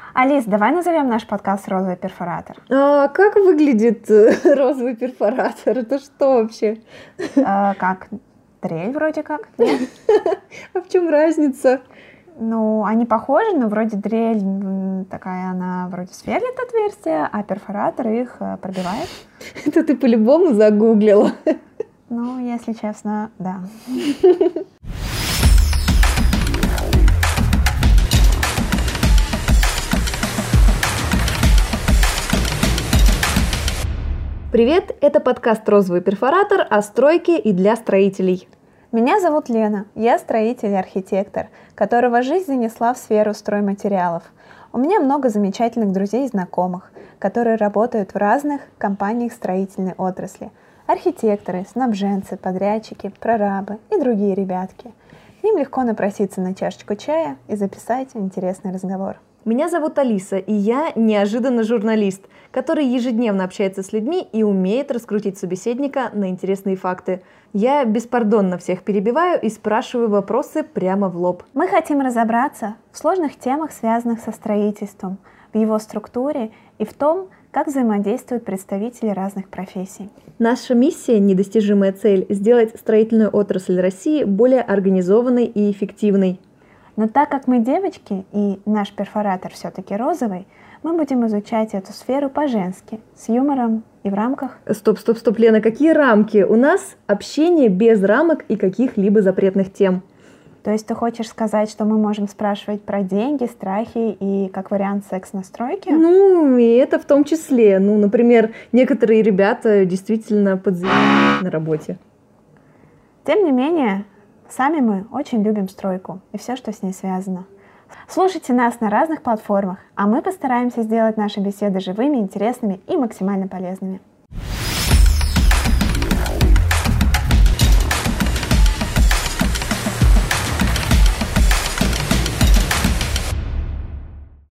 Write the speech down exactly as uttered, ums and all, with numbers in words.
Алис, давай назовем наш подкаст «Розовый перфоратор». А как выглядит розовый перфоратор? Это что вообще? А, как? Дрель вроде как. Нет? А в чем разница? Ну, они похожи, но вроде дрель такая, она вроде сверлит отверстия, а перфоратор их пробивает. Это ты по-любому загуглила. Ну, если честно, да. Привет, это подкаст «Розовый перфоратор» о стройке и для строителей. Меня зовут Лена, я строитель и архитектор, которого жизнь занесла в сферу стройматериалов. У меня много замечательных друзей и знакомых, которые работают в разных компаниях строительной отрасли. Архитекторы, снабженцы, подрядчики, прорабы и другие ребятки. К ним легко напроситься на чашечку чая и записать интересный разговор. Меня зовут Алиса, и я неожиданно журналист, который ежедневно общается с людьми и умеет раскрутить собеседника на интересные факты. Я беспардонно всех перебиваю и спрашиваю вопросы прямо в лоб. Мы хотим разобраться в сложных темах, связанных со строительством, в его структуре и в том, как взаимодействуют представители разных профессий. Наша миссия, недостижимая цель, сделать строительную отрасль России более организованной и эффективной. Но так как мы девочки и наш перфоратор все-таки розовый, мы будем изучать эту сферу по-женски, с юмором и в рамках... Стоп, стоп, стоп, Лена, какие рамки? У нас общение без рамок и каких-либо запретных тем. То есть ты хочешь сказать, что мы можем спрашивать про деньги, страхи и, как вариант, секс на стройке? Ну, и это в том числе. Ну, например, некоторые ребята действительно подзаебались на работе. Тем не менее, сами мы очень любим стройку и все, что с ней связано. Слушайте нас на разных платформах, а мы постараемся сделать наши беседы живыми, интересными и максимально полезными.